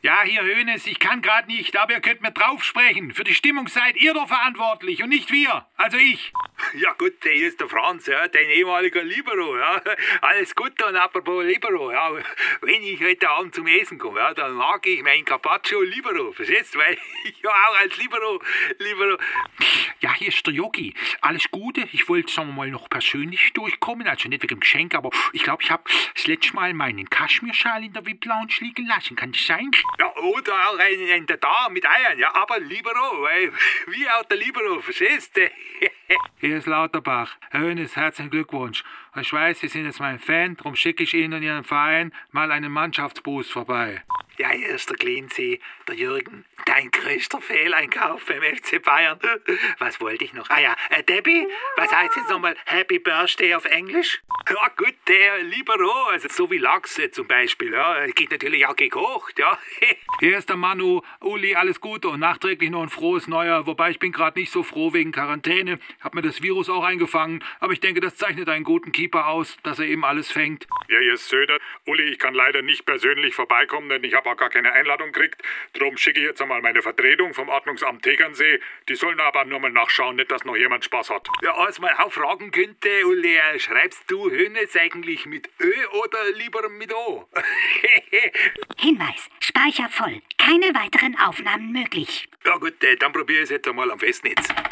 Ja, hier Hönes, ich kann gerade nicht, aber ihr könnt mir drauf sprechen. Für die Stimmung seid ihr doch verantwortlich und nicht wir, also ich. Ja gut, hier ist der Franz, ja, dein ehemaliger Libero, ja. Alles Gute und apropos Libero, ja. Wenn ich heute Abend zum Essen komme, ja, dann mag ich mein Carpaccio Libero, verstehst du? Weil ich ja auch als Libero. Ja, hier ist der Yogi. Alles Gute. Ich wollte, sagen wir mal, noch persönlich durchkommen. Also nicht wegen dem Geschenk, aber ich glaube, ich habe das letzte Mal meinen Kaschmirschal in der VIP-Lounge liegen lassen. Kann das sein? Ja, oder auch einen da mit Eiern, ja, aber Libero, weil, wie auch der Libero, verstehst du? Hier ist Lauterbach. Herr Hönes, herzlichen Glückwunsch. Ich weiß, Sie sind jetzt mein Fan, darum schicke ich Ihnen und Ihrem Verein mal einen Mannschaftsboost vorbei. Ja, hier ist der Cleansee, der Jürgen. Dein größter Fehleinkauf beim FC Bayern. Was wollte ich noch? Ah ja, Debbie, was heißt jetzt nochmal Happy Birthday auf Englisch? Ja gut, der Libero, also so wie Lachs zum Beispiel, ja, geht natürlich auch gekocht, ja. Hier ist der Manu. Uli, alles Gute und nachträglich noch ein frohes Neujahr. Wobei ich bin gerade nicht so froh wegen Quarantäne. Hab mir das Virus auch eingefangen. Aber ich denke, das zeichnet einen guten Keeper aus, dass er eben alles fängt. Ja, hier ist Söder. Uli, ich kann leider nicht persönlich vorbeikommen, denn ich habe auch gar keine Einladung gekriegt. Drum schicke ich jetzt einmal meine Vertretung vom Ordnungsamt Tegernsee. Die sollen aber nur mal nachschauen, nicht, dass noch jemand Spaß hat. Ja, als man auch fragen könnte, Uli, schreibst du Hönes eigentlich mit Ö oder lieber mit O? Hinweis, Speicher voll. Keine weiteren Aufnahmen möglich. Ja gut, dann probiere ich es jetzt einmal am Festnetz.